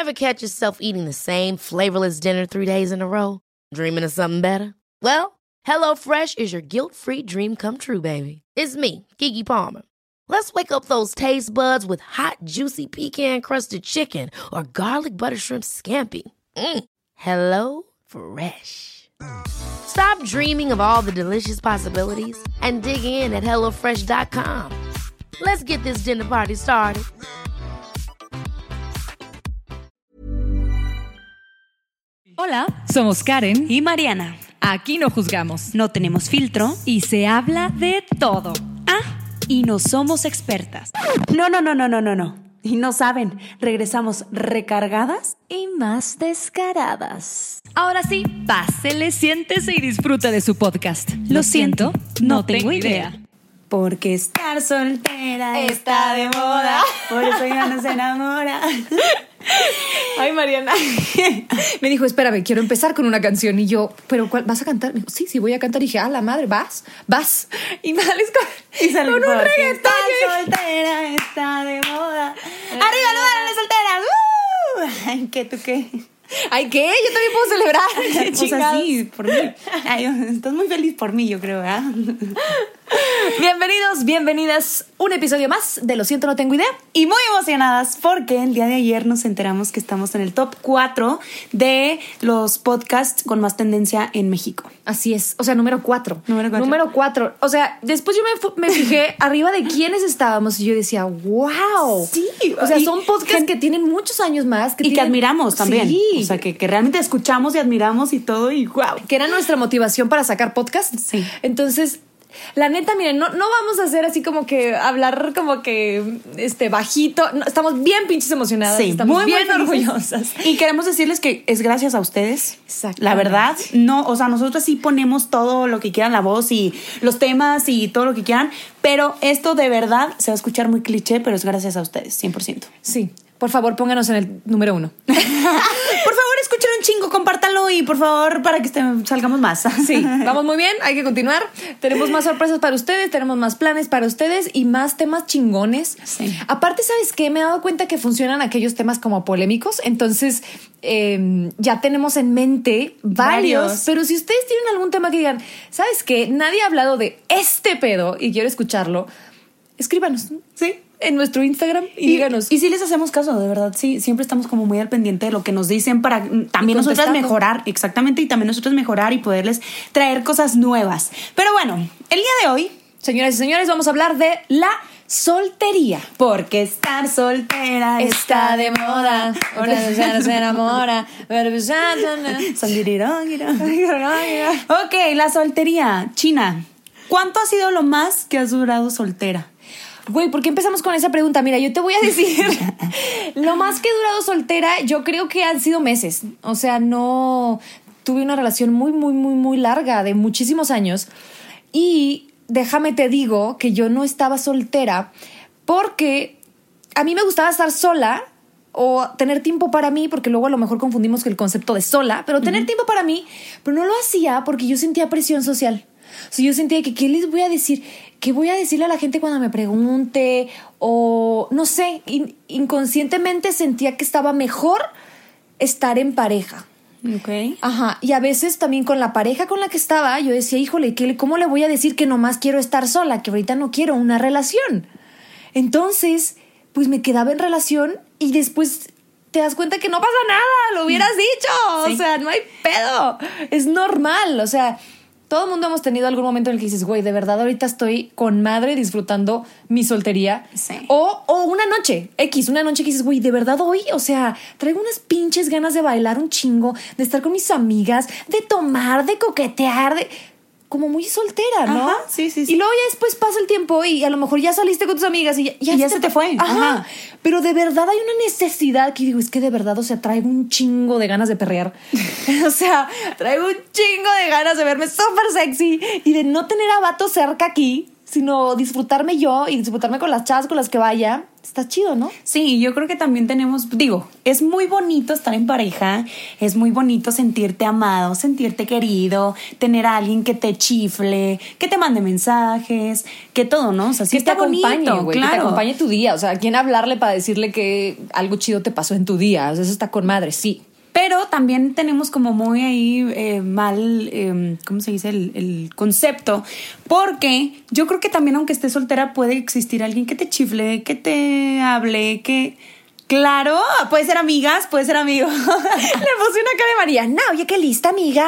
Ever catch yourself eating the same flavorless dinner 3 days in a row? Dreaming of something better? Well, HelloFresh is your guilt-free dream come true, baby. It's me, Keke Palmer. Let's wake up those taste buds with hot, juicy pecan-crusted chicken or garlic butter shrimp scampi. Hello Fresh. Stop dreaming of all the delicious possibilities and dig in at HelloFresh.com. Let's get this dinner party started. Hola, somos Karen y Mariana. Aquí no juzgamos, No tenemos filtro y se habla de todo. y no somos expertas. No. Y no saben, regresamos recargadas Y más descaradas. Ahora sí, pásele, siéntese y disfruta de su podcast. Lo siento, no tengo idea. Porque estar soltera está de moda. Por eso ya no se enamora. Ay, Mariana. Me dijo, espérame, quiero empezar con una canción. Y yo, ¿pero cuál? ¿Vas a cantar? Me dijo, sí, voy a cantar. Y dije, la madre, ¿vas? Y me sales con un reggaetón. Estar soltera está de moda. ¡Arriba, no eran solteras! Ay, ¿qué tú qué? Ay, ¿qué? Yo también puedo celebrar. ¿Qué Pues así, por mí. Ay, estás muy feliz por mí, yo creo, ¿verdad? Bienvenidos, bienvenidas. Un episodio más de Lo siento, no tengo idea. Y muy emocionadas porque el día de ayer nos enteramos que estamos en el top 4 de los podcasts con más tendencia en México. Así es, o sea, número 4. Número 4. O sea, después yo me fijé arriba de quiénes estábamos y yo decía, wow. Sí. O sea, son podcasts que tienen muchos años más. Que admiramos también. Sí. O sea, que realmente escuchamos y admiramos y todo y wow. Que era nuestra motivación para sacar podcasts. Sí. Entonces, la neta, miren, no vamos a hacer así como que hablar como que bajito. No, estamos bien pinches emocionadas. Sí, estamos bien muy orgullosas. Y queremos decirles que es gracias a ustedes. Exacto. La verdad, no, o sea, nosotros sí ponemos todo lo que quieran, la voz y los temas y todo lo que quieran, pero esto de verdad se va a escuchar muy cliché, pero es gracias a ustedes, 100%. Sí. Por favor, pónganos en el número 1. Por favor, escuchen un chingo, compártanlo y por favor, para que salgamos más. Sí, vamos muy bien, hay que continuar. Tenemos más sorpresas para ustedes, tenemos más planes para ustedes y más temas chingones. Sí. Aparte, ¿sabes qué? Me he dado cuenta que funcionan aquellos temas como polémicos, entonces ya tenemos en mente varios. Pero si ustedes tienen algún tema que digan, ¿sabes qué? Nadie ha hablado de este pedo y quiero escucharlo, escríbanos. Sí. En nuestro Instagram y díganos. Y sí les hacemos caso, de verdad, sí, siempre estamos como muy al pendiente de lo que nos dicen para también nosotras mejorar, exactamente, y también nosotros mejorar y poderles traer cosas nuevas. Pero bueno, el día de hoy, señoras y señores, vamos a hablar de la soltería. Porque estar soltera está de moda. Porque ya no se enamora. Ok, la soltería. China, ¿cuánto ha sido lo más que has durado soltera? Güey, ¿por qué empezamos con esa pregunta? Mira, yo te voy a decir, lo más que he durado soltera, yo creo que han sido meses. O sea, no tuve una relación muy larga, de muchísimos años. Y déjame te digo que yo no estaba soltera porque a mí me gustaba estar sola o tener tiempo para mí, porque luego a lo mejor confundimos el concepto de sola, pero tener tiempo para mí, pero no lo hacía porque yo sentía presión social. O sea, yo sentía que, ¿qué les voy a decir? ¿Qué voy a decirle a la gente cuando me pregunte? O no sé, inconscientemente sentía que estaba mejor estar en pareja. Ok. Ajá, y a veces también con la pareja con la que estaba, yo decía, híjole, ¿cómo le voy a decir que nomás quiero estar sola? Que ahorita no quiero una relación. Entonces, pues me quedaba en relación y después te das cuenta que no pasa nada, lo hubieras dicho. Sí. O sea, no hay pedo. Es normal, o sea, todo el mundo hemos tenido algún momento en el que dices, güey, de verdad ahorita estoy con madre disfrutando mi soltería. Sí. O una noche una noche que dices, güey, de verdad hoy, o sea, traigo unas pinches ganas de bailar un chingo, de estar con mis amigas, de tomar, de coquetear, como muy soltera, ¿no? Ajá, sí. Y luego ya después pasa el tiempo y a lo mejor ya saliste con tus amigas y ya se te fue. Ajá. Pero de verdad hay una necesidad que digo, es que de verdad, o sea, traigo un chingo de ganas de perrear. O sea, traigo un chingo de ganas de verme súper sexy y de no tener a vato cerca aquí, sino disfrutarme yo y disfrutarme con las chavas con las que vaya. Está chido, ¿no? Sí, yo creo que también tenemos, digo, es muy bonito estar en pareja, es muy bonito sentirte amado, sentirte querido, tener a alguien que te chifle, que te mande mensajes, que todo, ¿no? O sea, sí que te acompañe, bonito, güey, claro. que te acompañe tu día. O sea, ¿a quién hablarle para decirle que algo chido te pasó en tu día? O sea, eso está con madre, sí. Pero también tenemos como muy ahí mal, ¿cómo se dice? El concepto. Porque yo creo que también, aunque estés soltera, puede existir alguien que te chifle, que te hable, que... Claro, puede ser amigas, puede ser amigos. Le puse una cara de Mariana. Oye, qué lista, amiga.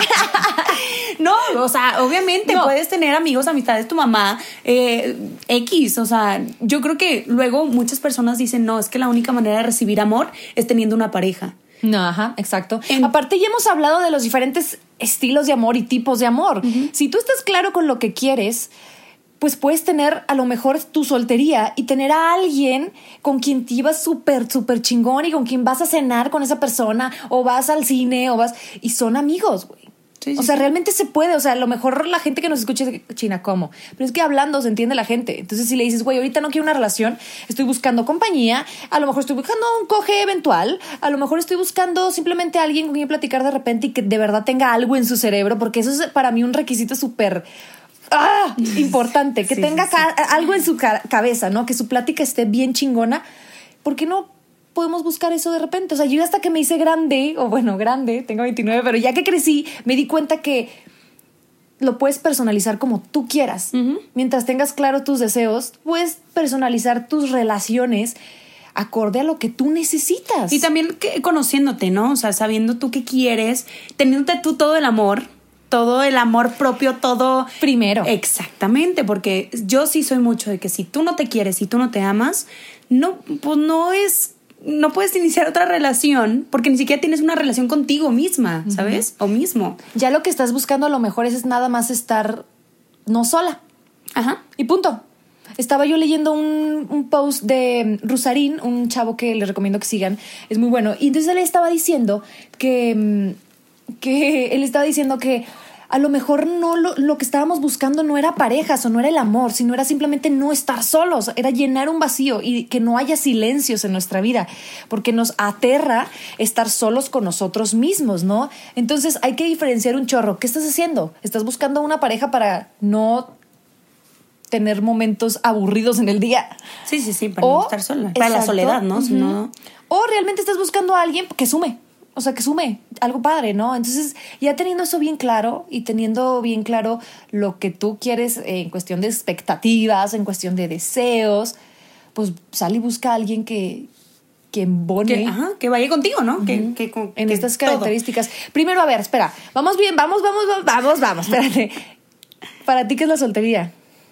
No, o sea, obviamente puedes tener amigos, amistades, tu mamá, X. O sea, yo creo que luego muchas personas dicen, no, es que la única manera de recibir amor es teniendo una pareja. No, ajá, exacto. Aparte ya hemos hablado de los diferentes estilos de amor y tipos de amor. Uh-huh. Si tú estás claro con lo que quieres, pues puedes tener a lo mejor tu soltería y tener a alguien con quien te ibas súper, súper chingón y con quien vas a cenar con esa persona o vas al cine o vas... Y son amigos, güey. Sí, o sea, realmente se puede. O sea, a lo mejor la gente que nos escucha dice, China, ¿cómo? Pero es que hablando se entiende la gente. Entonces, si le dices, güey, ahorita no quiero una relación, estoy buscando compañía, a lo mejor estoy buscando un coge eventual, a lo mejor estoy buscando simplemente a alguien con quien platicar de repente y que de verdad tenga algo en su cerebro, porque eso es para mí un requisito súper... importante, que tenga algo en su cabeza, ¿no? Que su plática esté bien chingona. ¿Por qué no podemos buscar eso de repente? O sea, yo hasta que me hice grande, tengo 29, pero ya que crecí, me di cuenta que lo puedes personalizar como tú quieras. Uh-huh. Mientras tengas claro tus deseos, puedes personalizar tus relaciones acorde a lo que tú necesitas. Y también conociéndote, ¿no? O sea, sabiendo tú qué quieres, teniéndote tú todo el amor propio, todo primero. Exactamente, porque yo sí soy mucho de que si tú no te quieres, si tú no te amas, no puedes iniciar otra relación porque ni siquiera tienes una relación contigo misma, ¿sabes? Uh-huh. O mismo. Ya lo que estás buscando a lo mejor es nada más estar no sola. Ajá. Y punto. Estaba yo leyendo un post de Rusarín, un chavo que les recomiendo que sigan, es muy bueno. Y entonces él estaba diciendo que a lo mejor no lo que estábamos buscando no era parejas o no era el amor, sino era simplemente no estar solos, era llenar un vacío y que no haya silencios en nuestra vida, porque nos aterra estar solos con nosotros mismos, ¿no? Entonces hay que diferenciar un chorro. ¿Qué estás haciendo? ¿Estás buscando una pareja para no tener momentos aburridos en el día? Sí, para no estar sola. Para la soledad, ¿no? Uh-huh. Si no... O realmente estás buscando a alguien que sume. O sea, que sume algo padre, ¿no? Entonces, ya teniendo eso bien claro y teniendo bien claro lo que tú quieres en cuestión de expectativas, en cuestión de deseos, pues sal y busca a alguien que embone. Que vaya contigo, ¿no? Uh-huh. En estas características. Todo. Primero, a ver, espera. Vamos bien, vamos. Espérate. ¿Para ti qué es la soltería?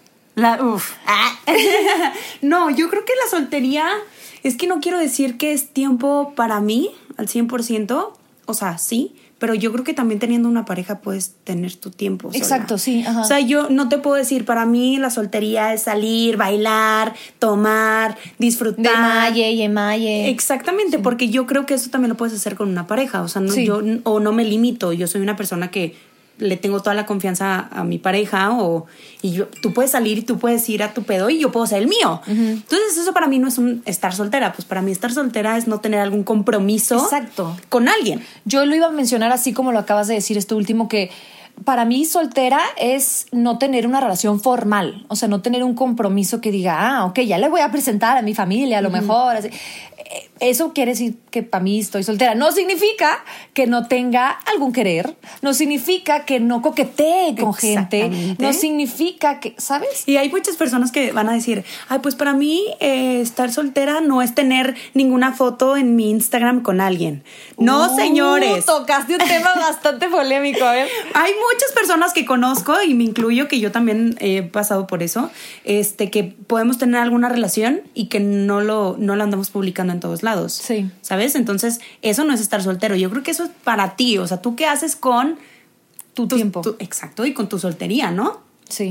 No, yo creo que la soltería... Es que no quiero decir que es tiempo para mí al 100%, o sea, sí, pero yo creo que también teniendo una pareja puedes tener tu tiempo sola. Exacto, sí. Ajá. O sea, yo no te puedo decir, para mí la soltería es salir, bailar, tomar, disfrutar. De malle y emalle. Exactamente, sí. Porque yo creo que eso también lo puedes hacer con una pareja, o sea, no, yo no me limito, yo soy una persona que le tengo toda la confianza a mi pareja tú puedes salir y tú puedes ir a tu pedo y yo puedo ser el mío. Uh-huh. Entonces eso para mí no es estar soltera, pues para mí estar soltera es no tener algún compromiso. Exacto. Con alguien. Yo lo iba a mencionar así como lo acabas de decir esto último, que para mí soltera es no tener una relación formal, o sea, no tener un compromiso que diga, ok, ya le voy a presentar a mi familia a lo mejor, así. Eso quiere decir que para mí estoy soltera. No significa que no tenga algún querer, no significa que no coquetee con gente, no significa que, ¿sabes? Y hay muchas personas que van a decir, pues para mí estar soltera no es tener ninguna foto en mi Instagram con alguien. No, señores. Tocaste un tema bastante polémico, ¿eh? Hay muchas personas que conozco y me incluyo, que yo también he pasado por eso, que podemos tener alguna relación y que no lo andamos publicando en todos lados. Sí. ¿Sabes? Entonces, eso no es estar soltero. Yo creo que eso es para ti. O sea, ¿tú qué haces con tu tiempo? Exacto, y con tu soltería, ¿no? Sí.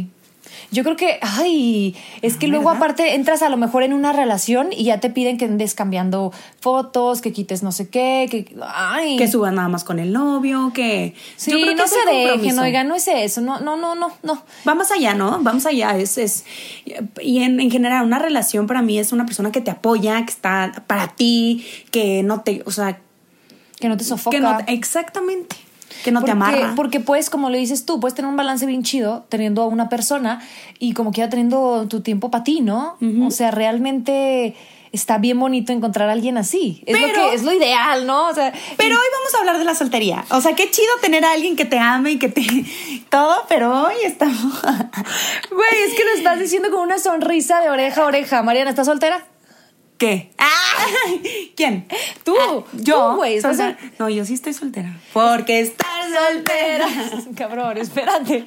Yo creo que, es que luego aparte entras a lo mejor en una relación y ya te piden que andes cambiando fotos, que quites no sé qué, que subas nada más con el novio, que... Sí, yo creo que no se dejen, oigan, no es eso, no. Va más allá, ¿no? Va más allá, y en general una relación para mí es una persona que te apoya, que está para ti, que no te, o sea... Que no te sofoca. Exactamente. Que no te amarra. Porque puedes, como le dices tú, puedes tener un balance bien chido teniendo a una persona y como quiera teniendo tu tiempo para ti, ¿no? O sea, realmente está bien bonito encontrar a alguien así. Es lo ideal, ¿no? O sea, pero hoy vamos a hablar de la soltería. O sea, qué chido tener a alguien que te ame y que te... todo, pero hoy estamos... Güey, es que lo estás diciendo con una sonrisa de oreja a oreja. Mariana, ¿estás soltera? ¿Qué? ¿Quién? Tú. Yo, güey. No, yo sí estoy soltera. Porque estar soltera. Cabrón, espérate.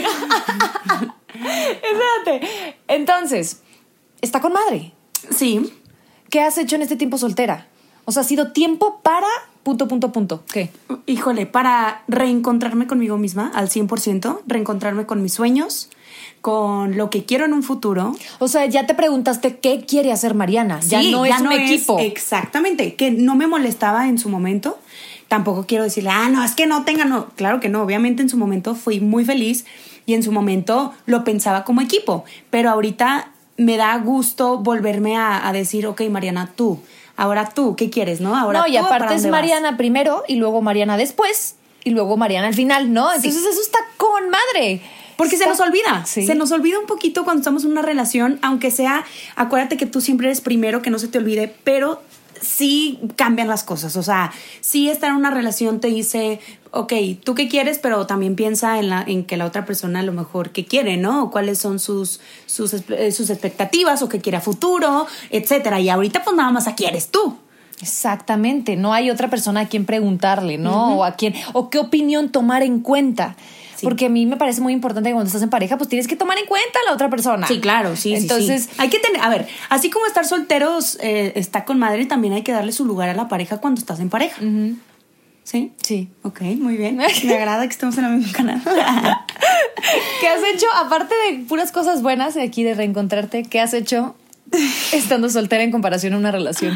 Espérate. Entonces, está con madre. Sí. ¿Qué has hecho en este tiempo soltera? O sea, ¿ha sido tiempo para... punto? ¿Qué? Híjole, para reencontrarme conmigo misma al 100%, reencontrarme con mis sueños, con lo que quiero en un futuro. O sea, ya te preguntaste qué quiere hacer Mariana. Ya Sí, no es un equipo. Exactamente, que no me molestaba en su momento. Tampoco quiero decirle, no, es que no tenga, no. Claro que no, obviamente en su momento fui muy feliz y en su momento lo pensaba como equipo. Pero ahorita me da gusto volverme a decir, ok, Mariana, ahora tú, ¿qué quieres, no? Ahora no, y aparte es Mariana primero y luego Mariana después y luego Mariana al final, ¿no? Entonces eso está con madre. Porque se nos olvida. Sí. Se nos olvida un poquito cuando estamos en una relación, aunque sea, acuérdate que tú siempre eres primero, que no se te olvide, pero sí cambian las cosas. O sea, sí estar en una relación te dice, ok, ¿tú qué quieres? Pero también piensa en que la otra persona a lo mejor qué quiere, ¿no? O cuáles son sus expectativas o qué quiere a futuro, etcétera. Y ahorita pues nada más aquí eres tú. Exactamente. No hay otra persona a quien preguntarle, ¿no? O qué opinión tomar en cuenta. Sí. Porque a mí me parece muy importante que cuando estás en pareja, pues tienes que tomar en cuenta a la otra persona. Sí, claro, sí. Entonces, sí. Hay que tener, a ver, así como estar solteros está con madre, también hay que darle su lugar a la pareja cuando estás en pareja. ¿Sí? Sí. Ok, muy bien. Me agrada que estemos en el mismo canal. ¿Qué has hecho? Aparte de puras cosas buenas de aquí de reencontrarte, ¿qué has hecho estando soltera en comparación a una relación?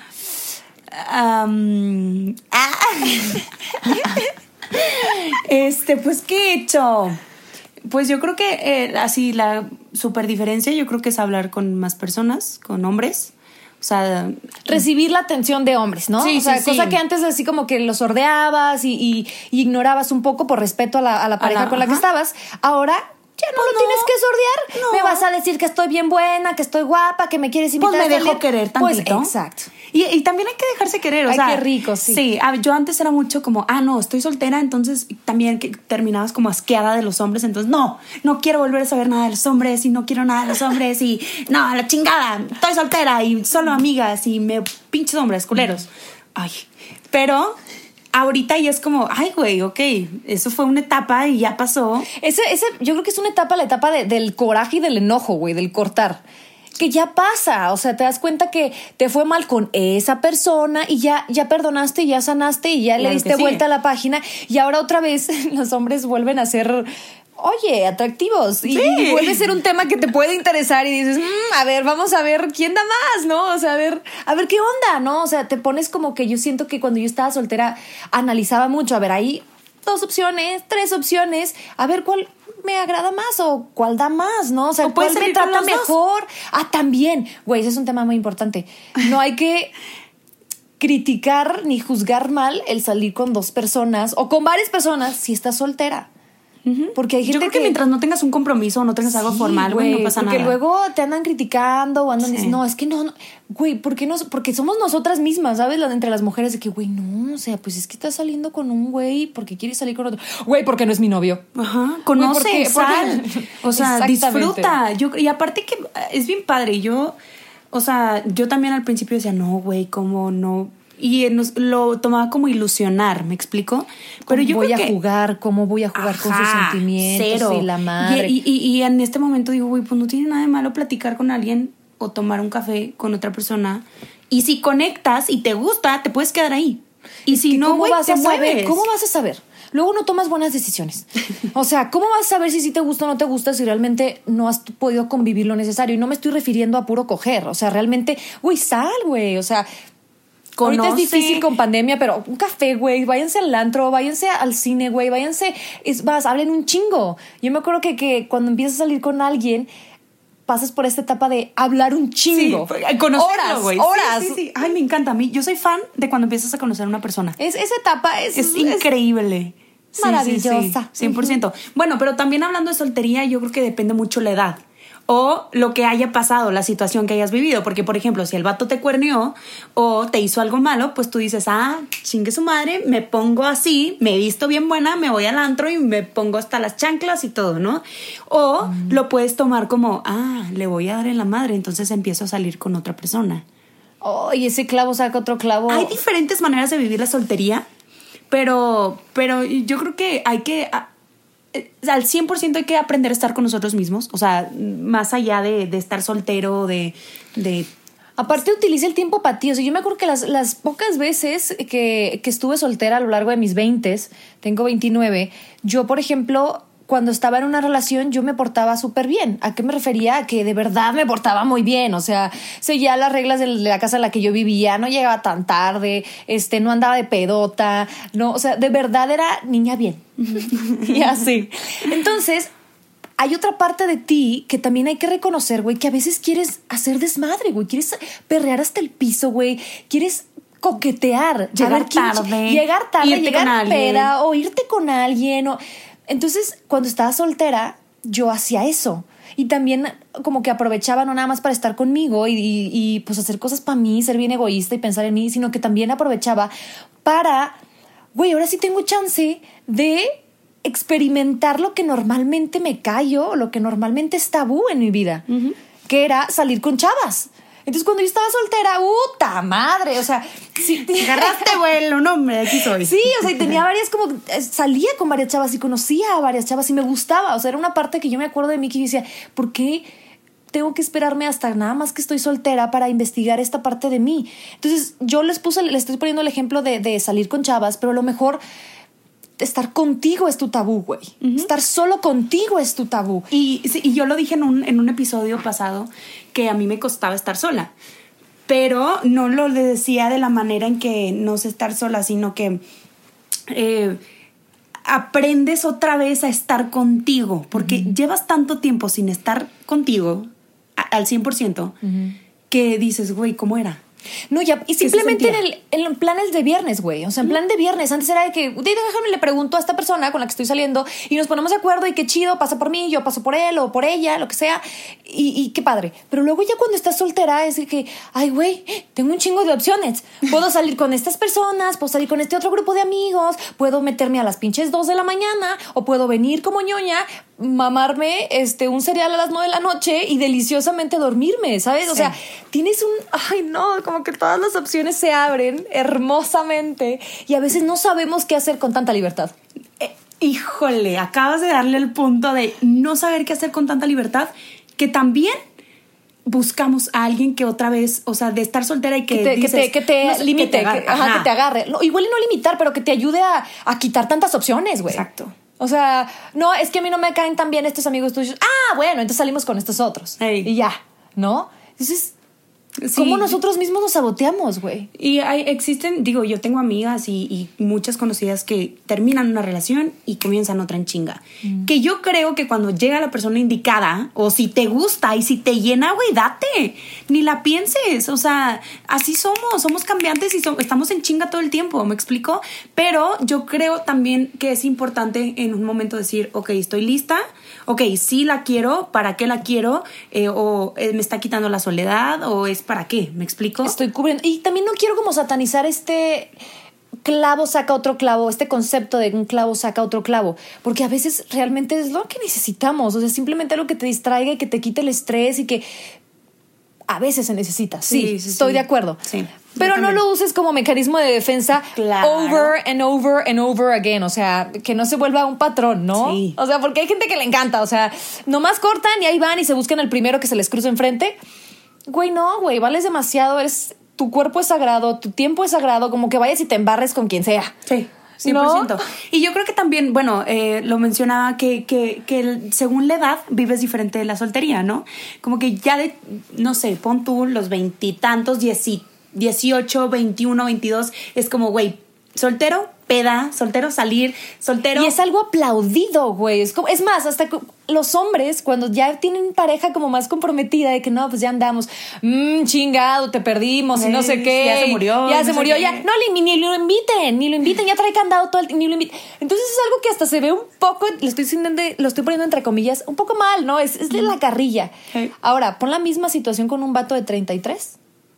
Pues, ¿qué he hecho? Pues yo creo que así la super diferencia, yo creo que es hablar con más personas, con hombres. O sea, recibir la atención de hombres, ¿no? Sí, o sea, sí, cosa sí. que antes así como que lo sordeabas y ignorabas un poco por respeto a la pareja con la que estabas. Ahora ya no lo tienes que sordear. No. Me vas a decir que estoy bien buena, que estoy guapa, que me quieres invitar pues a me dejo querer tantito. Pues exacto. Y también hay que dejarse querer, o sea. Qué rico, sí. Sí, yo antes era mucho como, no, estoy soltera, entonces también que terminabas como asqueada de los hombres, entonces no quiero volver a saber nada de los hombres y no quiero nada de los hombres y no, a la chingada, estoy soltera y solo amigas y pinches hombres culeros. Ay, pero ahorita ya es como, güey, ok, eso fue una etapa y ya pasó. Yo creo que es una etapa, la etapa del coraje y del enojo, güey, del cortar. Que ya pasa, o sea, te das cuenta que te fue mal con esa persona y ya perdonaste, ya sanaste y ya le diste vuelta a la página y ahora otra vez los hombres vuelven a ser, atractivos y vuelve a ser un tema que te puede interesar y dices, a ver, vamos a ver quién da más, ¿no? O sea, a ver qué onda, ¿no? O sea, te pones como que yo siento que cuando yo estaba soltera analizaba mucho, a ver, hay 2 opciones, 3 opciones, a ver cuál me agrada más o cuál da más, ¿no? O sea, cuál me trata mejor. También, güey, ese es un tema muy importante. No hay que criticar ni juzgar mal el salir con 2 personas o con varias personas si estás soltera. Porque hay gente yo creo que mientras no tengas un compromiso o no tengas algo formal, güey, no pasa nada. Porque luego te andan criticando o andan diciendo, no, es que no, güey, ¿por qué no? Porque somos nosotras mismas, ¿sabes? Entre las mujeres de que, güey, no, o sea, pues es que estás saliendo con un güey porque quieres salir con otro. Güey, porque no es mi novio. Ajá, conoce, sal. O sea, disfruta. Y aparte que es bien padre. Yo también al principio decía, no, güey, ¿cómo no? Y lo tomaba como ilusionar, ¿me explico? Pero yo voy a jugar, ¿cómo voy a jugar con sus sentimientos? Cero. Y la madre. Y en este momento digo, güey, pues no tiene nada de malo platicar con alguien o tomar un café con otra persona. Y si conectas y te gusta, te puedes quedar ahí. Y si no, güey, te mueves. ¿Cómo vas a saber? Luego no tomas buenas decisiones. O sea, ¿cómo vas a saber si te gusta o no te gusta si realmente no has podido convivir lo necesario? Y no me estoy refiriendo a puro coger. O sea, realmente, güey, sal, güey. O sea, ahorita es difícil con pandemia, pero un café, güey, váyanse al antro, váyanse al cine, güey, váyanse, hablen un chingo. Yo me acuerdo que cuando empiezas a salir con alguien, pasas por esta etapa de hablar un chingo. Sí, conocerlo, güey. Horas. Sí. Ay, me encanta. A mí, yo soy fan de cuando empiezas a conocer a una persona. Esa etapa es increíble. Maravillosa. Sí, 100%. Bueno, pero también hablando de soltería, yo creo que depende mucho la edad. O lo que haya pasado, la situación que hayas vivido. Porque, por ejemplo, si el vato te cuerneó o te hizo algo malo, pues tú dices, chingue su madre, me pongo así, me visto bien buena, me voy al antro y me pongo hasta las chanclas y todo, ¿no? O lo puedes tomar como, le voy a dar en la madre, entonces empiezo a salir con otra persona. Y ese clavo saca otro clavo. Hay diferentes maneras de vivir la soltería, pero yo creo que hay que... al 100% hay que aprender a estar con nosotros mismos. O sea, más allá de estar soltero, de... Aparte utiliza el tiempo para ti. O sea, yo me acuerdo que las pocas veces que estuve soltera a lo largo de mis 20s, tengo 29, yo, por ejemplo, cuando estaba en una relación yo me portaba súper bien. ¿A qué me refería? A que de verdad me portaba muy bien. O sea, seguía las reglas de la casa en la que yo vivía, no llegaba tan tarde, no andaba de pedota, no, o sea, de verdad era niña bien. Y así. Entonces, hay otra parte de ti que también hay que reconocer, güey, que a veces quieres hacer desmadre, güey, quieres perrear hasta el piso, güey, quieres coquetear, llegar tarde, llegar peda o irte con alguien o... Entonces, cuando estaba soltera, yo hacía eso. Y también como que aprovechaba no nada más para estar conmigo y pues hacer cosas para mí, ser bien egoísta y pensar en mí, sino que también aprovechaba para, güey, ahora sí tengo chance de experimentar lo que normalmente me callo, lo que normalmente es tabú en mi vida, que era salir con chavas. Entonces, cuando yo estaba soltera, ¡puta madre! O sea, sí, agarraste vuelo, no, hombre, aquí soy. Sí, o sea, y tenía varias como... Salía con varias chavas y conocía a varias chavas y me gustaba. O sea, era una parte que yo me acuerdo de mí que yo decía, ¿por qué tengo que esperarme hasta nada más que estoy soltera para investigar esta parte de mí? Entonces, yo les estoy poniendo el ejemplo de salir con chavas, pero a lo mejor... estar contigo es tu tabú, güey. Estar solo contigo es tu tabú. Y yo lo dije en un episodio pasado que a mí me costaba estar sola. Pero no lo decía de la manera en que no sé estar sola, sino que aprendes otra vez a estar contigo. Porque llevas tanto tiempo sin estar contigo al 100% que dices, güey, ¿cómo era? No, ya, y simplemente en planes de viernes, güey. O sea, en plan de viernes. Antes era de que, déjame, le pregunto a esta persona con la que estoy saliendo y nos ponemos de acuerdo y qué chido, pasa por mí, yo paso por él o por ella, lo que sea. Y qué padre. Pero luego ya cuando estás soltera es de que, ay, güey, tengo un chingo de opciones. Puedo salir con estas personas, puedo salir con este otro grupo de amigos, puedo meterme a las pinches 2 de la mañana o puedo venir como ñoña, mamarme un cereal a las 9 de la noche y deliciosamente dormirme, ¿sabes? Sí. O sea, tienes ay no, como que todas las opciones se abren hermosamente y a veces no sabemos qué hacer con tanta libertad. Híjole, acabas de darle el punto de no saber qué hacer con tanta libertad, que también buscamos a alguien que otra vez, o sea, de estar soltera y que te limite, que te agarre. No, igual y no limitar, pero que te ayude a quitar tantas opciones, güey. Exacto. O sea, no, es que a mí no me caen tan bien estos amigos tuyos. Bueno, entonces salimos con estos otros. Hey. Y ya, ¿no? Entonces, ¿cómo nosotros mismos nos saboteamos, güey? Y existen, digo, yo tengo amigas y muchas conocidas que terminan una relación y comienzan otra en chinga. Que yo creo que cuando llega la persona indicada, o si te gusta y si te llena, güey, date. Ni la pienses. O sea, así somos cambiantes y estamos en chinga todo el tiempo, ¿me explico? Pero yo creo también que es importante en un momento decir, ok, estoy lista, ok, sí la quiero, ¿para qué la quiero? Me está quitando la soledad, o es ¿para qué? ¿Me explico? Estoy cubriendo. Y también no quiero como satanizar clavo saca otro clavo, este concepto de un clavo saca otro clavo, porque a veces realmente es lo que necesitamos. O sea, simplemente algo que te distraiga y que te quite el estrés y que a veces se necesita. Sí, estoy de acuerdo. Sí. Pero no lo uses como mecanismo de defensa over and over and over again. O sea, que no se vuelva un patrón, ¿no? Sí. O sea, porque hay gente que le encanta. O sea, nomás cortan y ahí van y se buscan el primero que se les cruza enfrente. Güey, no, güey, vales demasiado. Eres tu cuerpo es sagrado, tu tiempo es sagrado, como que vayas y te embarres con quien sea. Sí. 100%. ¿No? Y yo creo que también, bueno, lo mencionaba que según la edad vives diferente de la soltería, ¿no? Como que ya de, no sé, pon tú los 20 y tantos, 18, 21, 22, es como, güey, soltero, peda, soltero, salir, soltero. Y es algo aplaudido, güey. Es más, hasta los hombres, cuando ya tienen pareja como más comprometida, de que no, pues ya andamos, chingado, te perdimos y no sé qué. Ya se murió. Ya se murió, ya. No, ni lo inviten, ya trae candado todo ni lo inviten. Entonces es algo que hasta se ve un poco, lo estoy poniendo entre comillas, un poco mal, ¿no? Es de la carrilla. Sí. Ahora, pon la misma situación con un vato de 33.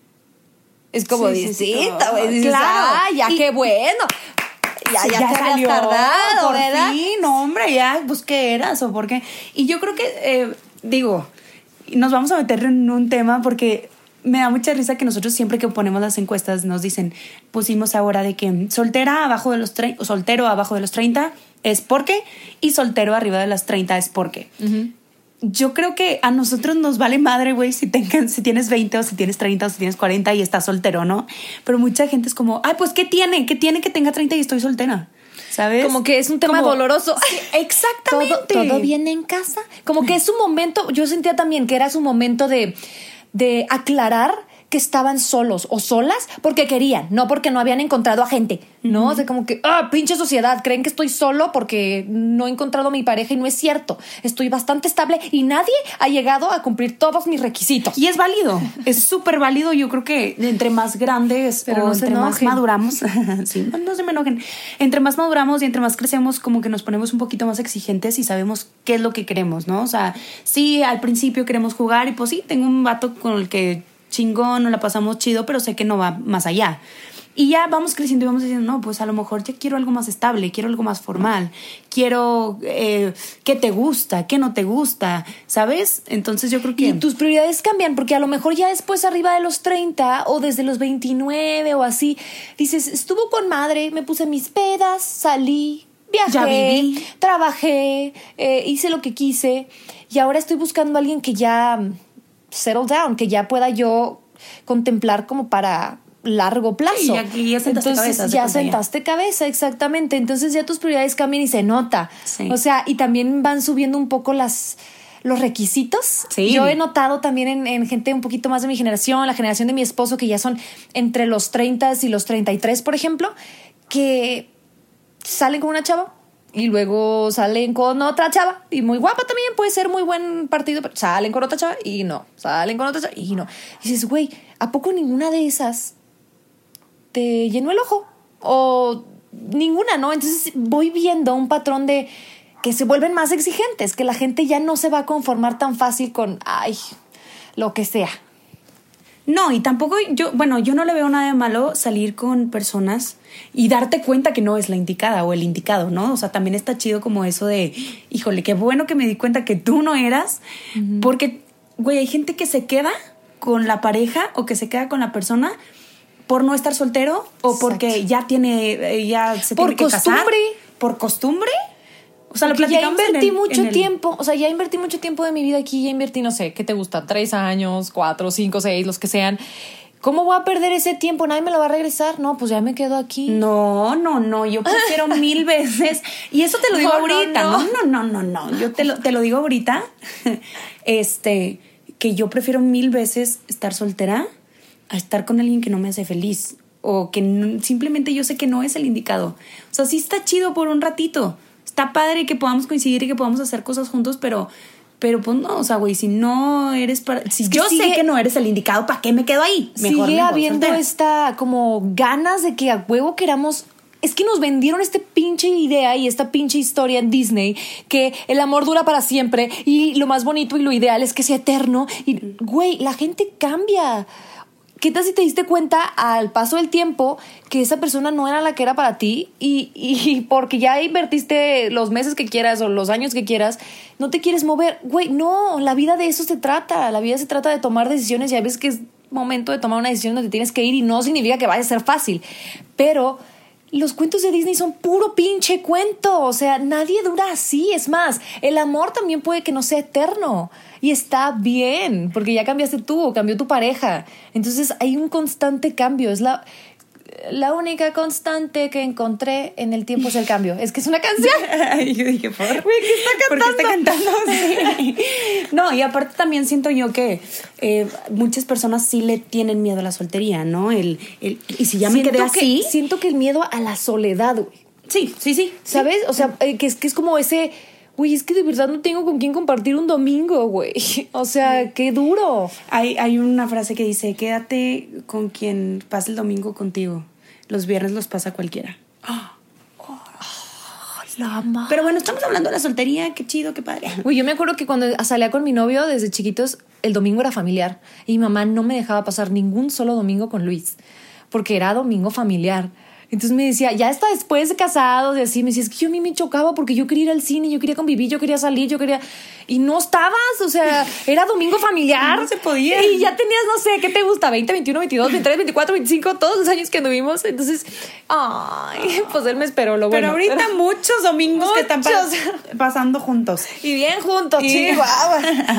Es como distinta, güey. Sí, claro. Ya, qué bueno. Ya te salió, habías tardado, por ¿verdad? Sí, no, hombre, ya, pues, ¿qué eras o por qué? Y yo creo que, nos vamos a meter en un tema porque me da mucha risa que nosotros siempre que ponemos las encuestas nos dicen, pusimos ahora de que soltero abajo de los 30 es porque y soltero arriba de las 30 es porque. Uh-huh. Yo creo que a nosotros nos vale madre, güey, si tienes 20 o si tienes 30 o si tienes 40 y estás soltero, ¿no? Pero mucha gente es como, ay, pues, ¿qué tiene? ¿Qué tiene que tenga 30 y estoy soltera? ¿Sabes? Como que es un tema doloroso. Sí, exactamente. ¿Todo bien en casa? Como que es un momento, yo sentía también que era su momento de aclarar que estaban solos o solas porque querían, no porque no habían encontrado a gente, ¿no? O sea, como que, pinche sociedad, creen que estoy solo porque no he encontrado a mi pareja y no es cierto. Estoy bastante estable y nadie ha llegado a cumplir todos mis requisitos. Y es válido, es súper válido. Yo creo que entre más grandes pero no entre más maduramos, sí, no se me enojen, entre más maduramos y entre más crecemos, como que nos ponemos un poquito más exigentes y sabemos qué es lo que queremos, ¿no? O sea, sí, al principio queremos jugar y pues sí, tengo un vato con el que chingón, nos la pasamos chido, pero sé que no va más allá. Y ya vamos creciendo y vamos diciendo, no, pues a lo mejor ya quiero algo más estable, quiero algo más formal, quiero qué te gusta, qué no te gusta, ¿sabes? Entonces yo creo que... Y tus prioridades cambian, porque a lo mejor ya después arriba de los 30 o desde los 29 o así, dices, estuvo con madre, me puse mis pedas, salí, viajé, ya viví, trabajé, hice lo que quise y ahora estoy buscando a alguien que ya... settle down, que ya pueda yo contemplar como para largo plazo. Sí, y aquí ya sentaste cabeza. Ya sentaste cabeza, exactamente. Entonces ya tus prioridades cambian y se nota. Sí. O sea, y también van subiendo un poco los requisitos. Sí. Yo he notado también en gente un poquito más de mi generación, la generación de mi esposo, que ya son entre los 30 y los 33, por ejemplo, que salen con una chava y luego salen con otra chava y muy guapa también, puede ser muy buen partido, pero salen con otra chava y no, salen con otra chava y no. Y dices, güey, ¿a poco ninguna de esas te llenó el ojo? O ninguna, ¿no? Entonces voy viendo un patrón de que se vuelven más exigentes, que la gente ya no se va a conformar tan fácil con, lo que sea. No, y tampoco yo no le veo nada de malo salir con personas y darte cuenta que no es la indicada o el indicado, ¿no? O sea, también está chido como eso de, híjole, qué bueno que me di cuenta que tú no eras, porque, güey, hay gente que se queda con la pareja o que se queda con la persona por no estar soltero o porque ya se tiene que casar. Por costumbre. O sea, porque lo platicamos ya invertí mucho tiempo. O sea, ya invertí mucho tiempo de mi vida aquí. Ya invertí, no sé, ¿qué te gusta? 3 años, 4, 5, 6, los que sean. ¿Cómo voy a perder ese tiempo? ¿Nadie me lo va a regresar? No, pues ya me quedo aquí. No. Yo prefiero 1000 veces. Y eso te lo digo ahorita. No. Yo te lo digo ahorita. Que yo prefiero 1000 veces estar soltera a estar con alguien que no me hace feliz. O que simplemente yo sé que no es el indicado. O sea, sí está chido por un ratito. Está padre que podamos coincidir y que podamos hacer cosas juntos, pero pues no, o sea, güey, si no eres para... Si yo sé que no eres el indicado, ¿para qué me quedo ahí? Mejor sigue habiendo esta como ganas de que a huevo queramos... Es que nos vendieron esta pinche idea y esta pinche historia en Disney que el amor dura para siempre y lo más bonito y lo ideal es que sea eterno. Y, güey, la gente cambia. ¿Qué tal si te diste cuenta al paso del tiempo que esa persona no era la que era para ti y porque ya invertiste los meses que quieras o los años que quieras, no te quieres mover? Güey, no, la vida de eso se trata. La vida se trata de tomar decisiones y a veces que es momento de tomar una decisión donde tienes que ir y no significa que vaya a ser fácil. Pero los cuentos de Disney son puro pinche cuento. O sea, nadie dura así. Es más, el amor también puede que no sea eterno. Y está bien, porque ya cambiaste tú o cambió tu pareja. Entonces hay un constante cambio. Es la única constante que encontré en el tiempo es el cambio. Es que es una canción. Yo dije, ¿por qué está cantando? ¿Por qué está cantando? Sí. No, y aparte también siento yo que muchas personas sí le tienen miedo a la soltería, ¿no? Y si ya me quedé así... Siento que el miedo a la soledad, güey. Sí. ¿Sabes? O sea, que es como ese... Güey, es que de verdad no tengo con quién compartir un domingo, güey. O sea, qué duro. Hay una frase que dice, quédate con quien pasa el domingo contigo. Los viernes los pasa cualquiera. Pero bueno, estamos hablando de la soltería. Qué chido, qué padre. Güey, yo me acuerdo que cuando salía con mi novio desde chiquitos, el domingo era familiar. Y mi mamá no me dejaba pasar ningún solo domingo con Luis. Porque era domingo familiar. Entonces me decía, ya está después de casados y así, me decía, es que yo a mí me chocaba porque yo quería ir al cine, yo quería convivir, yo quería salir, y no estabas, o sea, era domingo familiar. No se podía. Y ya tenías, no sé, ¿qué te gusta? 20, 21, 22, 23, 24, 25, todos los años que anduvimos. Entonces, pues él me esperó lo bueno. Pero ahorita muchos domingos que están pasando juntos. Y bien juntos, chihuahua.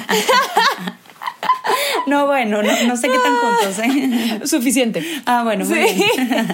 No, bueno, no sé qué tan juntos, Suficiente. Bueno, muy bien.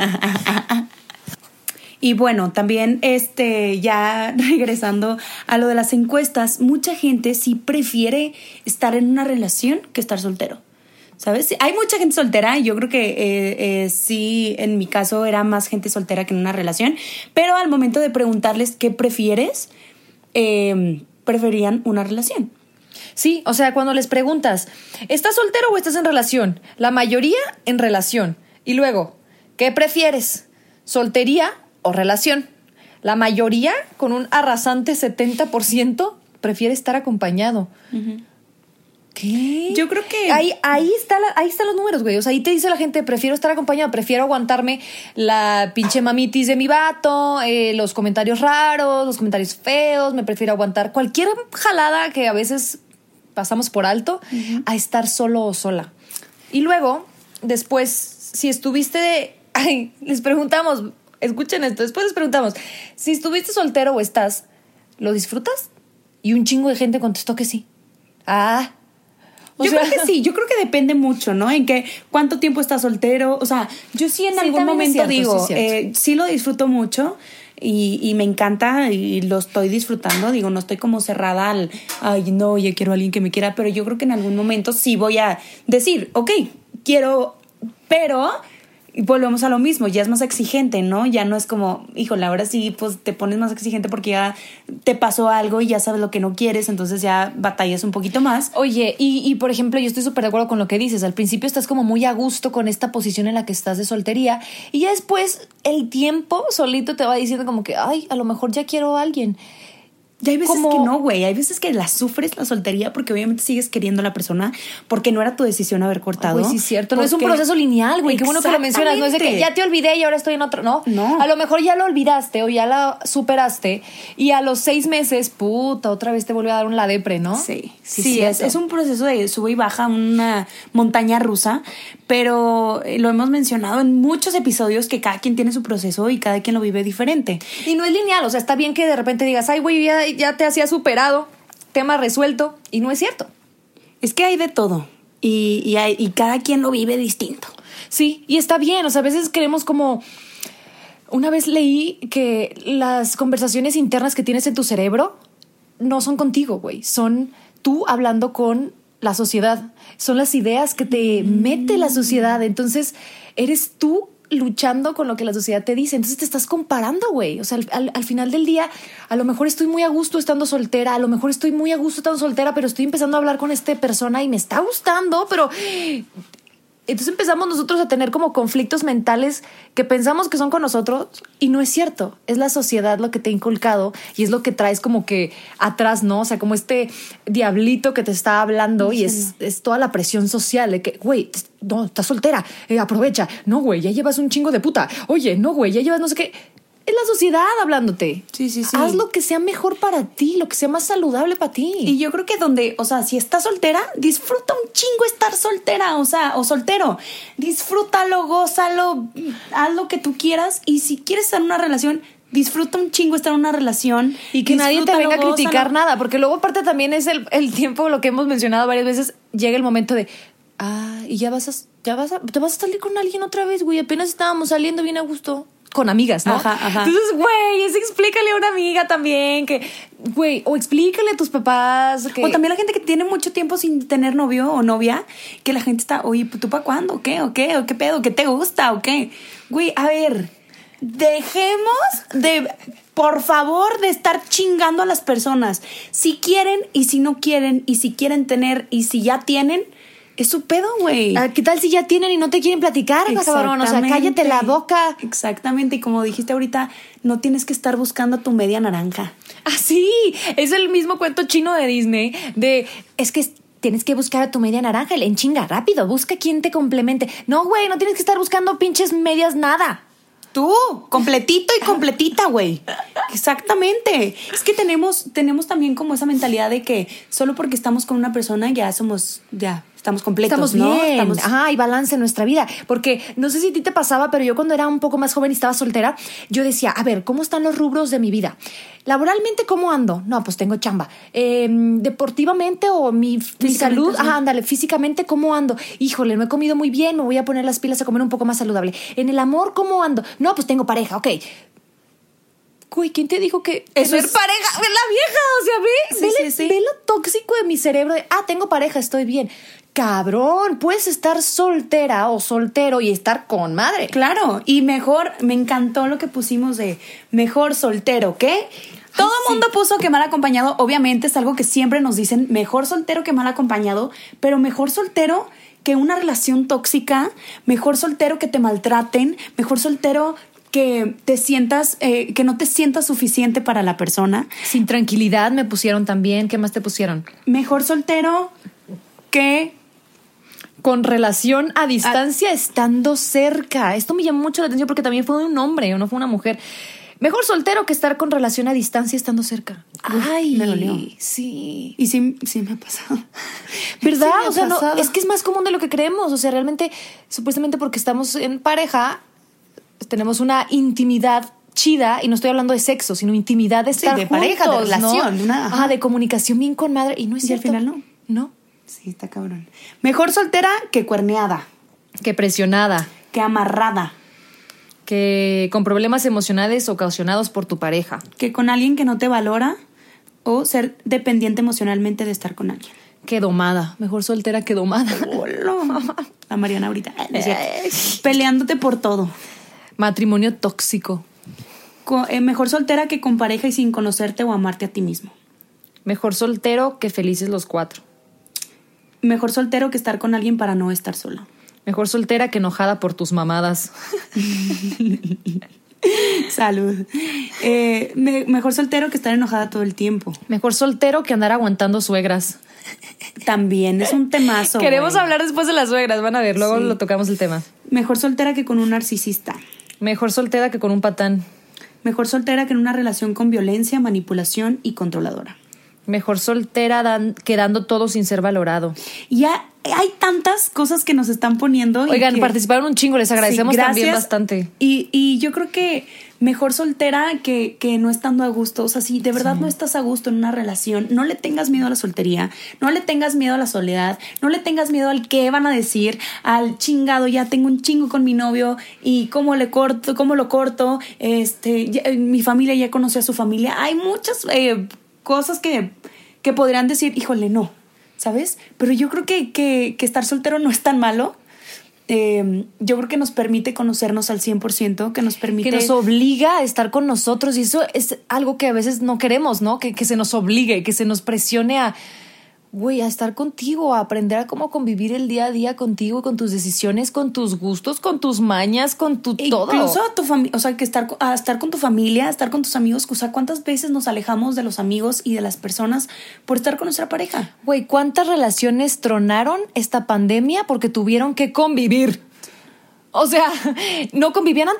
Y bueno, también ya regresando a lo de las encuestas, mucha gente sí prefiere estar en una relación que estar soltero, ¿sabes? Hay mucha gente soltera, yo creo que sí, en mi caso era más gente soltera que en una relación, pero al momento de preguntarles qué prefieres, preferían una relación. Sí, o sea, cuando les preguntas, ¿estás soltero o estás en relación? La mayoría en relación. Y luego, ¿qué prefieres? ¿Soltería o relación? La mayoría, con un arrasante 70%, prefiere estar acompañado. Uh-huh. ¿Qué? Yo creo que... Ahí están los números, güey. O sea, ahí te dice la gente, prefiero estar acompañado, prefiero aguantarme la pinche mamitis de mi vato, los comentarios raros, los comentarios feos, me prefiero aguantar cualquier jalada que a veces pasamos por alto, uh-huh, a estar solo o sola. Y luego, después, si estuviste les preguntamos, escuchen esto, después les preguntamos, si estuviste soltero o estás, ¿lo disfrutas? Y un chingo de gente contestó que sí. Yo creo que sí, yo creo que depende mucho, ¿no? En cuánto tiempo estás soltero. O sea, yo sí en algún momento digo, sí lo disfruto mucho y me encanta y lo estoy disfrutando. Digo, no estoy como cerrada al, no, ya quiero a alguien que me quiera, pero yo creo que en algún momento sí voy a decir, ok, quiero, pero... Y volvemos a lo mismo, ya es más exigente, ¿no? Ya no es como, híjole, ahora sí, pues te pones más exigente porque ya te pasó algo y ya sabes lo que no quieres, entonces ya batallas un poquito más. Oye, y por ejemplo, yo estoy súper de acuerdo con lo que dices. Al principio estás como muy a gusto con esta posición en la que estás de soltería y ya después el tiempo solito te va diciendo como que, a lo mejor ya quiero a alguien. Y hay veces que no, güey. Hay veces que la sufres la soltería porque obviamente sigues queriendo a la persona porque no era tu decisión haber cortado. Pues sí, es cierto. No es un proceso lineal, güey. Qué bueno que lo mencionas. No es de que ya te olvidé y ahora estoy en otro. No. A lo mejor ya lo olvidaste o ya la superaste y a los 6 meses, otra vez te vuelve a dar la depre, ¿no? Sí, es un proceso de sube y baja, una montaña rusa, pero lo hemos mencionado en muchos episodios que cada quien tiene su proceso y cada quien lo vive diferente. Y no es lineal. O sea, está bien que de repente digas, güey, ya te hacía superado, tema resuelto, y no es cierto. Es que hay de todo y cada quien lo vive distinto. Sí, y está bien, o sea, a veces queremos como... Una vez leí que las conversaciones internas que tienes en tu cerebro no son contigo, güey, son tú hablando con la sociedad, son las ideas que te mete la sociedad, entonces eres tú luchando con lo que la sociedad te dice. Entonces te estás comparando, güey. O sea, al final del día, a lo mejor estoy muy a gusto estando soltera, a lo mejor estoy muy a gusto estando soltera, pero estoy empezando a hablar con esta persona y me está gustando, pero... Entonces empezamos nosotros a tener como conflictos mentales que pensamos que son con nosotros y no es cierto. Es la sociedad lo que te ha inculcado y es lo que traes como que atrás, ¿no? O sea, como este diablito que te está hablando y es toda la presión social de que, güey, no, estás soltera, aprovecha. No, güey, ya llevas un chingo de puta. Oye, no, güey, ya llevas no sé qué. es la sociedad hablándote. Sí. Haz lo que sea mejor para ti, lo que sea más saludable para ti. Y yo creo que si estás soltera, disfruta un chingo estar soltera, o soltero. Disfrútalo, gózalo, haz lo que tú quieras. Y si quieres estar en una relación, disfruta un chingo estar en una relación. Y que nadie te venga a criticar nada, porque luego aparte también es el tiempo, lo que hemos mencionado varias veces, llega el momento de, y te vas a salir con alguien otra vez, güey, apenas estábamos saliendo bien a gusto. Con amigas, ¿no? Ajá. Entonces, güey, explícale a una amiga también o explícale a tus papás. O también la gente que tiene mucho tiempo sin tener novio o novia, que la gente está, oye, ¿tú para cuándo? ¿O qué? ¿O qué pedo? ¿Qué te gusta? ¿O qué? Güey, a ver, dejemos por favor, de estar chingando a las personas. Si quieren y si no quieren, y si quieren tener y si ya tienen, es su pedo, güey. ¿Qué tal si ya tienen y no te quieren platicar, cabrón? O sea, cállate la boca. Exactamente, y como dijiste ahorita, no tienes que estar buscando a tu media naranja. Sí, es el mismo cuento chino de Disney, es que tienes que buscar a tu media naranja, en chinga, rápido, busca quien te complemente. No, güey, no tienes que estar buscando pinches medias nada. Tú, completito y completita, güey. Exactamente. Es que tenemos también como esa mentalidad de que solo porque estamos con una persona ya estamos completos, estamos bien, ¿no? Hay balance en nuestra vida. Porque no sé si a ti te pasaba, pero yo cuando era un poco más joven y estaba soltera, yo decía, a ver, ¿cómo están los rubros de mi vida? Laboralmente, ¿cómo ando? No, pues tengo chamba. Deportivamente o mi salud, ándale, físicamente, ¿cómo ando? Híjole, no he comido muy bien, me voy a poner las pilas a comer un poco más saludable. En el amor, ¿cómo ando? No, pues tengo pareja, ok. Güey, ¿quién te dijo que eso es pareja? Ve la vieja, o sea, ve lo tóxico de mi cerebro de, tengo pareja, estoy bien. Cabrón, puedes estar soltera o soltero y estar con madre. Claro, y mejor, me encantó lo que pusimos de mejor soltero, ¿qué? Todo el mundo puso que mal acompañado, obviamente es algo que siempre nos dicen, mejor soltero que mal acompañado, pero mejor soltero que una relación tóxica, mejor soltero que te maltraten, mejor soltero que te sientas, que no te sientas suficiente para la persona. Sin tranquilidad me pusieron también. ¿Qué más te pusieron? Mejor soltero que con relación a distancia estando cerca. Esto me llamó mucho la atención porque también fue un hombre o no fue una mujer. Mejor soltero que estar con relación a distancia estando cerca. Ay, me dolió. Sí. Y sí me ha pasado. ¿Verdad? Sí, o sea, no, es que es más común de lo que creemos. O sea, realmente, supuestamente porque estamos en pareja, tenemos una intimidad chida, y no estoy hablando de sexo, sino intimidad de estar de juntos, pareja, de relación, ¿no? De comunicación bien con madre, y no es cierto. Y al final no. Sí, está cabrón. Mejor soltera que cuerneada, que presionada, que amarrada, que con problemas emocionales ocasionados por tu pareja, que con alguien que no te valora o ser dependiente emocionalmente de estar con alguien. Que domada, mejor soltera que domada. Hola. La Mariana ahorita. Peleándote por todo. Matrimonio tóxico. Mejor soltera que con pareja y sin conocerte o amarte a ti mismo. Mejor soltero que felices los cuatro. Mejor soltero que estar con alguien para no estar sola. Mejor soltera que enojada por tus mamadas. Salud. Mejor soltero que estar enojada todo el tiempo. Mejor soltero que andar aguantando suegras. También es un temazo. Queremos hablar después de las suegras, van a ver, luego lo tocamos el tema. Mejor soltera que con un narcisista. Mejor soltera que con un patán. Mejor soltera que en una relación con violencia, manipulación y controladora. Mejor soltera que dando todo sin ser valorado. Ya hay tantas cosas que nos están poniendo. Oigan, participaron un chingo, les agradecemos también bastante. Y yo creo que mejor soltera que no estando a gusto. O sea, si de verdad no estás a gusto en una relación, no le tengas miedo a la soltería, no le tengas miedo a la soledad, no le tengas miedo al qué van a decir, al chingado, ya tengo un chingo con mi novio y cómo lo corto, mi familia ya conoce a su familia. Hay muchas cosas que podrían decir, híjole, no, ¿sabes? Pero yo creo que estar soltero no es tan malo. Yo creo que nos permite conocernos al 100%, que nos obliga a estar con nosotros, y eso es algo que a veces no queremos, ¿no? Que se nos obligue, que se nos presione a estar contigo, a aprender a cómo convivir el día a día contigo, con tus decisiones, con tus gustos, con tus mañas, con tu todo. Incluso a tu familia, o sea, que estar con tu familia, estar con tus amigos. O sea, ¿cuántas veces nos alejamos de los amigos y de las personas por estar con nuestra pareja? ¿Cuántas relaciones tronaron esta pandemia porque tuvieron que convivir? O sea, no convivían antes.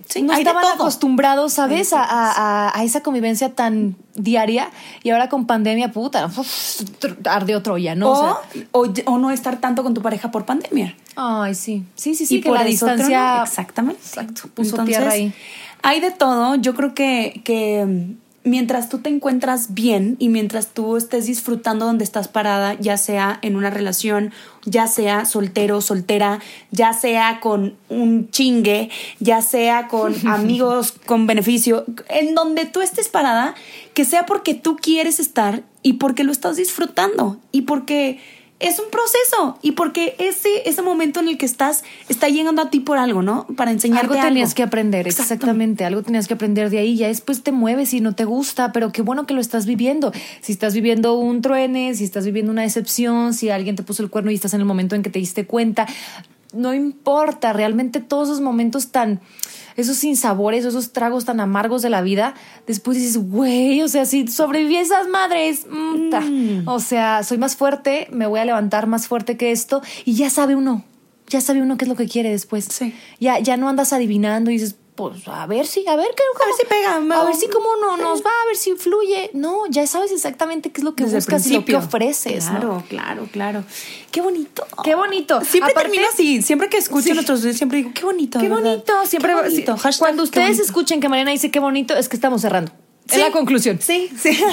Sí, no hay de estaban todo. acostumbrados, ¿sabes? A esa convivencia tan diaria. Y ahora con pandemia, puta, ardió Troya, ¿no? O no estar tanto con tu pareja por pandemia. Ay, sí. Sí, Y que por la eso distancia... trono. Exactamente. Exacto, puso Entonces, tierra ahí. Hay de todo. Yo creo que mientras tú te encuentras bien y mientras tú estés disfrutando donde estás parada, ya sea en una relación, ya sea soltero, soltera, ya sea con un chingue, ya sea con amigos con beneficio, en donde tú estés parada, que sea porque tú quieres estar y porque lo estás disfrutando y porque es un proceso y porque ese momento en el que está llegando a ti por algo, ¿no? Para enseñarte algo. Tenías que aprender, exactamente. Algo tenías que aprender de ahí. Ya después te mueves y no te gusta, pero qué bueno que lo estás viviendo. Si estás viviendo un truene, si estás viviendo una decepción, si alguien te puso el cuerno y estás en el momento en que te diste cuenta, no importa. Realmente todos esos momentos esos sinsabores, esos tragos tan amargos de la vida, después dices, güey, o sea, si sobreviví a esas madres, o sea, soy más fuerte, me voy a levantar más fuerte que esto, y ya sabe uno qué es lo que quiere después. Sí. Ya no andas adivinando y dices, pues a ver si pega, a ver si cómo no nos va, a ver si fluye. No, ya sabes exactamente qué es lo que desde buscas y lo que ofreces. Claro, ¿no? claro. Qué bonito. Qué bonito. Siempre termino así. Siempre que escucho nuestros videos, siempre digo, qué bonito. Qué bonito. Siempre. Qué bonito. Hashtag, cuando ustedes escuchen que Mariana dice qué bonito, es que estamos cerrando. Sí, es la conclusión. Sí.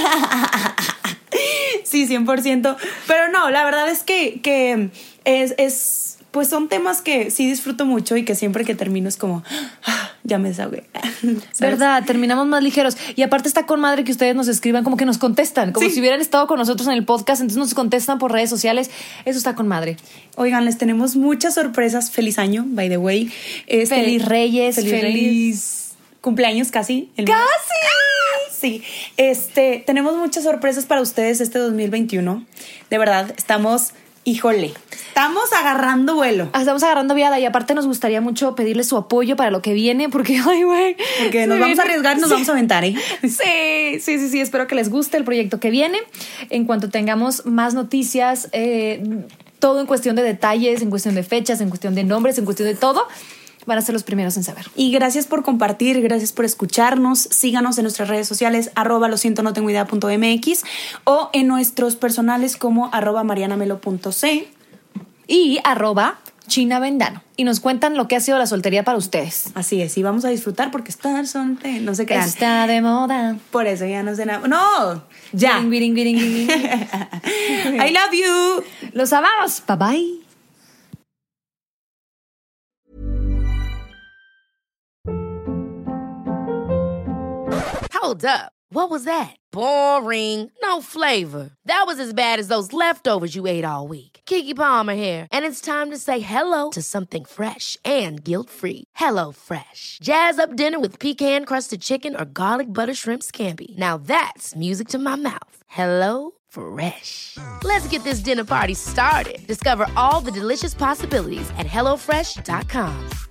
Sí, 100%. Pero no, la verdad es que pues son temas que sí disfruto mucho y que siempre que termino es como, ya me desahogué. ¿Verdad? Terminamos más ligeros. Y aparte está con madre que ustedes nos escriban, como que nos contestan, como si hubieran estado con nosotros en el podcast, entonces nos contestan por redes sociales. Eso está con madre. Oigan, les tenemos muchas sorpresas. Feliz año, by the way. Feliz Reyes. Feliz cumpleaños casi. Sí. Tenemos muchas sorpresas para ustedes este 2021. De verdad, estamos agarrando vuelo. Estamos agarrando viada y aparte nos gustaría mucho pedirles su apoyo para lo que viene porque, ay, güey. Porque nos vamos a arriesgar, nos vamos a aventar, ¿eh? Sí. Espero que les guste el proyecto que viene. En cuanto tengamos más noticias, todo en cuestión de detalles, en cuestión de fechas, en cuestión de nombres, en cuestión de todo, van a ser los primeros en saber. Y gracias por compartir, gracias por escucharnos. Síganos en nuestras redes sociales, @losientonotengoidea.mx o en nuestros personales como @marianamelo.c y @ChinaVendano. Y nos cuentan lo que ha sido la soltería para ustedes. Así es, y vamos a disfrutar porque estar soltero, no se crean. Está de moda. Por eso ya no sé nada. ¡No! ¡Ya! I love you. Los amamos. Bye bye. Hold up. What was that? Boring. No flavor. That was as bad as those leftovers you ate all week. Keke Palmer here, and it's time to say hello to something fresh and guilt-free. Hello Fresh. Jazz up dinner with pecan-crusted chicken or garlic butter shrimp scampi. Now that's music to my mouth. Hello Fresh. Let's get this dinner party started. Discover all the delicious possibilities at HelloFresh.com.